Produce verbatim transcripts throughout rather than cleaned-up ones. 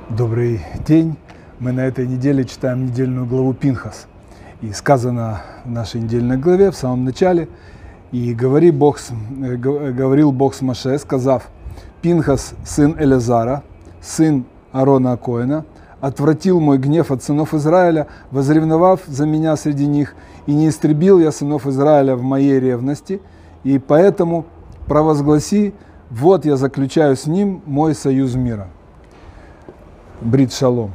Добрый день. Мы на этой неделе читаем недельную главу Пинхас. И сказано в нашей недельной главе в самом начале: «И говори Бог, говорил Бог с Моше, сказав: Пинхас, сын Элязара, сын Аарона Коэна, отвратил мой гнев от сынов Израиля, возревновав за меня среди них, и не истребил я сынов Израиля в моей ревности, и поэтому провозгласи: вот я заключаю с ним мой союз мира». Брит Шалом.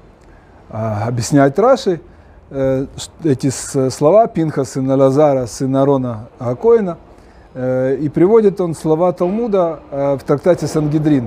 А, объясняет Раши э, эти слова Пинхас, сын Элязара, сын Аарона Коэна, э, и приводит он слова Талмуда э, в трактате Сангедрин.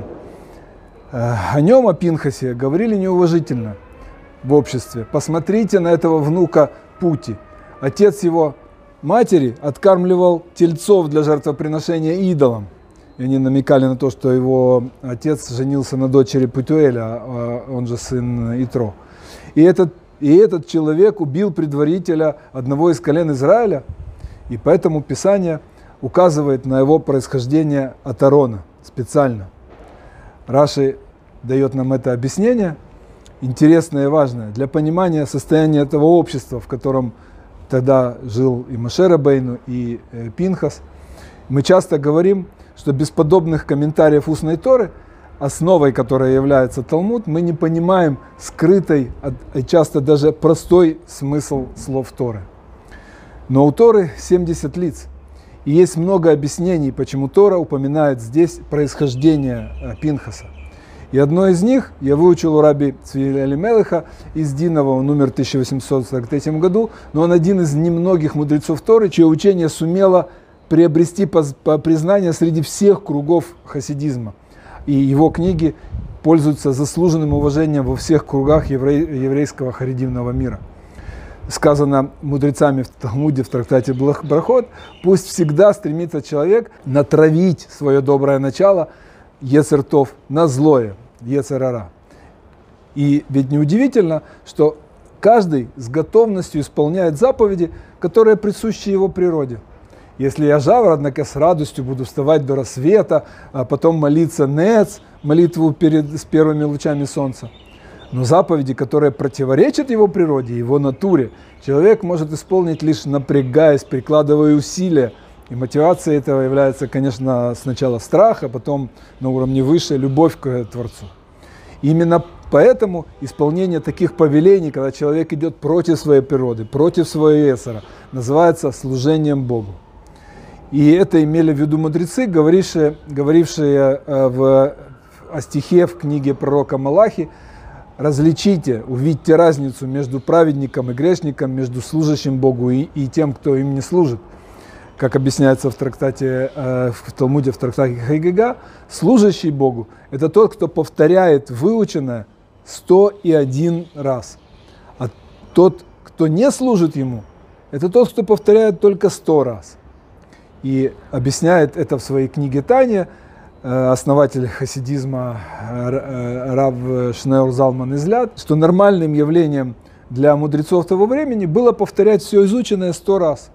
Э, о нем, о Пинхасе, говорили неуважительно в обществе. Посмотрите на этого внука Пути. Отец его матери откармливал тельцов для жертвоприношения идолам. И они намекали на то, что его отец женился на дочери Путуэля, он же сын Итро. И этот, и этот человек убил предварителя одного из колен Израиля, и поэтому Писание указывает на его происхождение от Аарона специально. Раши дает нам это объяснение, интересное и важное, для понимания состояния этого общества, в котором тогда жил и Моше Рабейну, и Пинхас. Мы часто говорим, что без подобных комментариев устной Торы, основой которой является Талмуд, мы не понимаем скрытый, а часто даже простой смысл слов Торы. Но у Торы семьдесят лиц, и есть много объяснений, почему Тора упоминает здесь происхождение Пинхаса. И одно из них я выучил у раби Цви Элимелеха из Динова, он умер в тысяча восемьсот сорок третьем году, но он один из немногих мудрецов Торы, чье учение сумело приобрести признание среди всех кругов хасидизма. И его книги пользуются заслуженным уважением во всех кругах евре... еврейского харидимного мира. Сказано мудрецами в Талмуде, в трактате Брахот: пусть всегда стремится человек натравить свое доброе начало, Йецер Тов, на злое, Йецер Ара. И ведь неудивительно, что каждый с готовностью исполняет заповеди, которые присущи его природе. Если я жаворонок, я с радостью буду вставать до рассвета, а потом молиться нец, молитву перед, с первыми лучами солнца. Но заповеди, которые противоречат его природе, его натуре, человек может исполнить лишь напрягаясь, прикладывая усилия. И мотивацией этого является, конечно, сначала страх, а потом на уровне выше любовь к Творцу. И именно поэтому исполнение таких повелений, когда человек идет против своей природы, против своего Йецера, называется служением Богу. И это имели в виду мудрецы, говорившие, говорившие в, о стихе в книге пророка Малахи: «Различите, увидьте разницу между праведником и грешником, между служащим Богу и, и тем, кто им не служит». Как объясняется в трактате, в Талмуде, в трактате Хайгага, служащий Богу – это тот, кто повторяет выученное сто и один раз. А тот, кто не служит ему, это тот, кто повторяет только сто раз. И объясняет это в своей книге Таня основатель хасидизма Рав Шнеур Залман Изляд, что нормальным явлением для мудрецов того времени было повторять все изученное сто раз.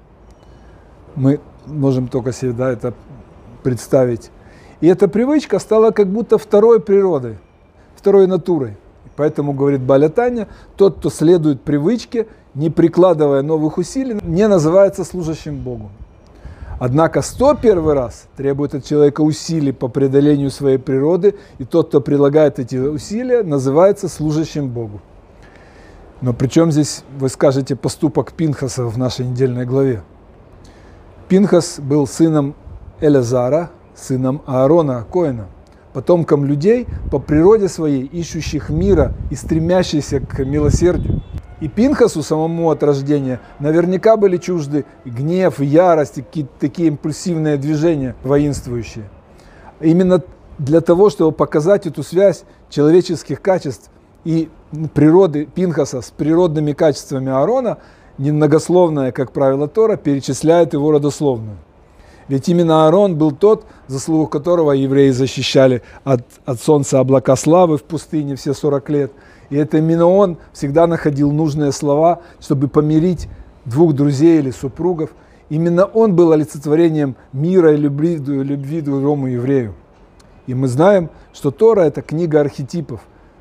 Мы можем только себе да, это представить. И эта привычка стала как будто второй природой, второй натурой. Поэтому, говорит Бааля Таня, тот, кто следует привычке, не прикладывая новых усилий, не называется служащим Богу. Однако сто первый раз требует от человека усилий по преодолению своей природы, и тот, кто прилагает эти усилия, называется служащим Богу. Но при чем здесь, вы скажете, поступок Пинхаса в нашей недельной главе? Пинхас был сыном Элязара, сыном Аарона Коэна, потомком людей по природе своей, ищущих мира и стремящихся к милосердию. И Пинхасу самому от рождения наверняка были чужды гнев, ярость и какие-то такие импульсивные движения воинствующие. Именно для того, чтобы показать эту связь человеческих качеств и природы Пинхаса с природными качествами Аарона, немногословная, как правило, Тора перечисляет его родословную. Ведь именно Аарон был тот, заслугу которого евреи защищали от, от солнца облака славы в пустыне все сорок лет. И это именно он всегда находил нужные слова, чтобы помирить двух друзей или супругов. Именно он был олицетворением мира и любви, любви к другому еврею. И мы знаем, что Тора – это книга архетипов.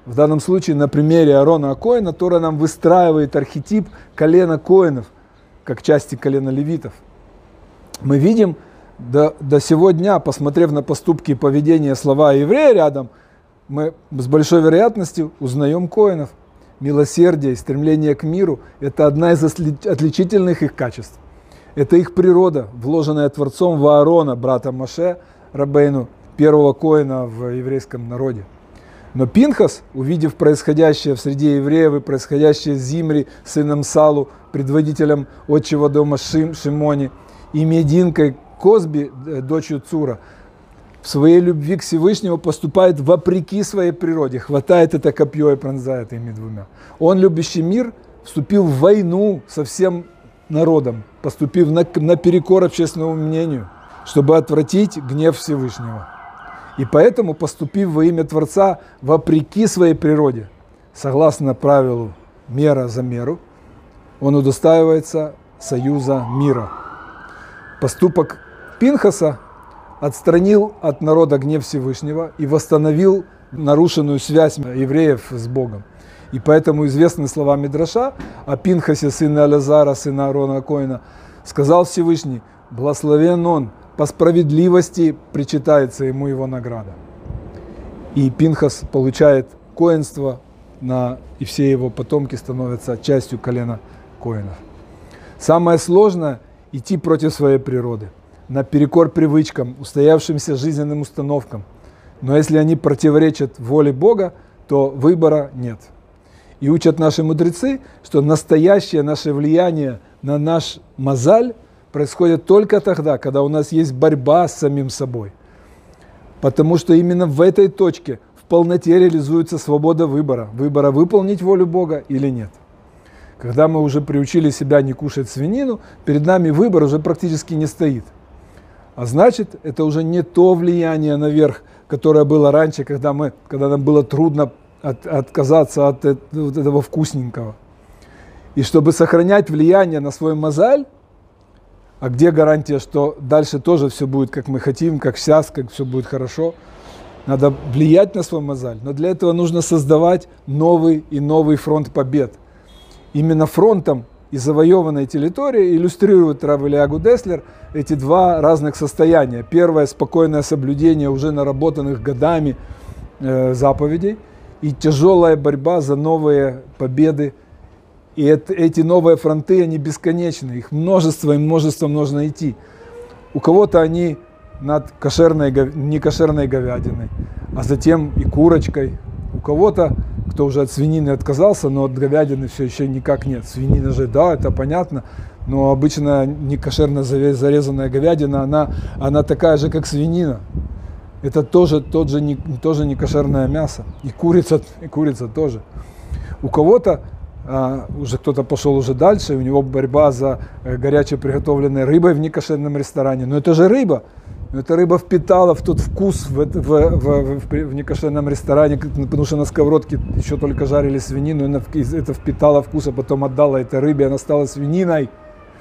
в данном случае на примере Аарона Акоина Тора нам выстраивает архетип колена Коинов, как части колена левитов. Мы видим до, до сего дня, посмотрев на поступки и поведение слова еврея рядом, мы с большой вероятностью узнаем Коинов. Милосердие и стремление к миру – это одна из отличительных их качеств. Это их природа, вложенная Творцом в Аарона, брата Моше Рабейну, первого Коина в еврейском народе. Но Пинхас, увидев происходящее в среде евреев и происходящее с Зимри, сыном Салу, предводителем отчего дома Шим, Шимони, и Мединкой Козби, дочью Цура, в своей любви к Всевышнему поступает вопреки своей природе, хватает это копье и пронзает ими двумя. Он, любящий мир, вступил в войну со всем народом, поступив на, наперекор общественному мнению, чтобы отвратить гнев Всевышнего. И поэтому, поступив во имя Творца вопреки своей природе, согласно правилу мера за меру, он удостаивается союза мира. Поступок Пинхаса отстранил от народа гнев Всевышнего и восстановил нарушенную связь евреев с Богом. И поэтому известны слова Мидраша о Пинхасе, сыне Элазара, сына Аарона Акоина. Сказал Всевышний: благословен он, по справедливости причитается ему его награда. И Пинхас получает коинство, на, и все его потомки становятся частью колена коинов. Самое сложное – идти против своей природы, наперекор привычкам, устоявшимся жизненным установкам. Но если они противоречат воле Бога, то выбора нет. И учат наши мудрецы, что настоящее наше влияние на наш мазаль происходит только тогда, когда у нас есть борьба с самим собой. Потому что именно в этой точке в полноте реализуется свобода выбора. Выбора выполнить волю Бога или нет. Когда мы уже приучили себя не кушать свинину, перед нами выбор уже практически не стоит. А значит, это уже не то влияние наверх, которое было раньше, когда, мы, когда нам было трудно от, отказаться от этого вкусненького. И чтобы сохранять влияние на свой мазаль, а где гарантия, что дальше тоже все будет, как мы хотим, как сейчас, как все будет хорошо? Надо влиять на свой мазаль, но для этого нужно создавать новый и новый фронт побед. Именно фронтом и завоеванной территории иллюстрирует Рав Элиягу Деслер эти два разных состояния. Первое – спокойное соблюдение уже наработанных годами э, заповедей, и тяжелая борьба за новые победы. И это, эти новые фронты, они бесконечны, их множество и множество нужно идти. У кого-то они над кошерной, некошерной говядиной, а затем и курочкой. У кого-то, кто уже от свинины отказался, но от говядины все еще никак нет. Свинина же, да, это понятно, но обычно некошерно зарезанная говядина, она, она такая же, как свинина. Это тоже, тот же, не, тоже некошерное мясо. И курица, и курица тоже. У кого-то а, уже кто-то пошел уже дальше, у него борьба за э, горячей приготовленной рыбой в некошерном ресторане. Но это же рыба. Эта рыба впитала в тот вкус в, в, в, в, в некошерном ресторане, потому что на сковородке еще только жарили свинину, и она это впитала вкус, а потом отдала этой рыбе, она стала свининой.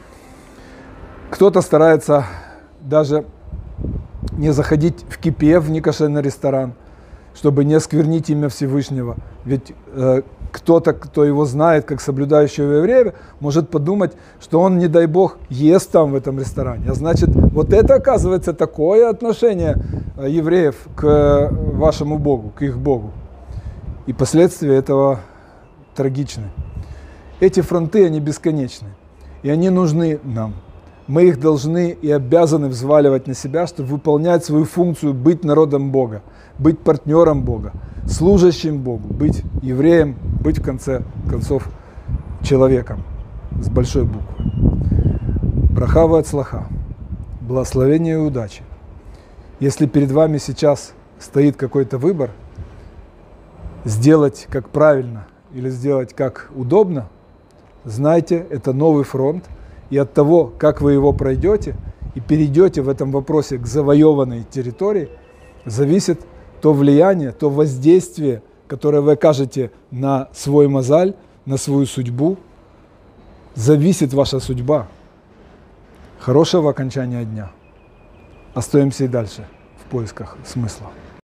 Кто-то старается даже не заходить в кипе в некошерный ресторан, чтобы не осквернить имя Всевышнего. Ведь э, кто-то, кто его знает, как соблюдающего еврея, может подумать, что он, не дай бог, ест там в этом ресторане. А значит, вот это, оказывается, такое отношение евреев к вашему Богу, к их Богу. И последствия этого трагичны. Эти фронты, они бесконечны. И они нужны нам. Мы их должны и обязаны взваливать на себя, чтобы выполнять свою функцию, быть народом Бога, быть партнером Бога, служащим Богу, быть евреем, быть в конце концов человеком с большой буквы. Браха ва ацлаха, благословения и удачи. Если перед вами сейчас стоит какой-то выбор, сделать как правильно или сделать как удобно, знайте, это новый фронт. И от того, как вы его пройдете и перейдете в этом вопросе к завоеванной территории, зависит то влияние, то воздействие, которое вы окажете на свой мазаль, на свою судьбу. Зависит ваша судьба. Хорошего окончания дня. Остаемся и дальше в поисках смысла.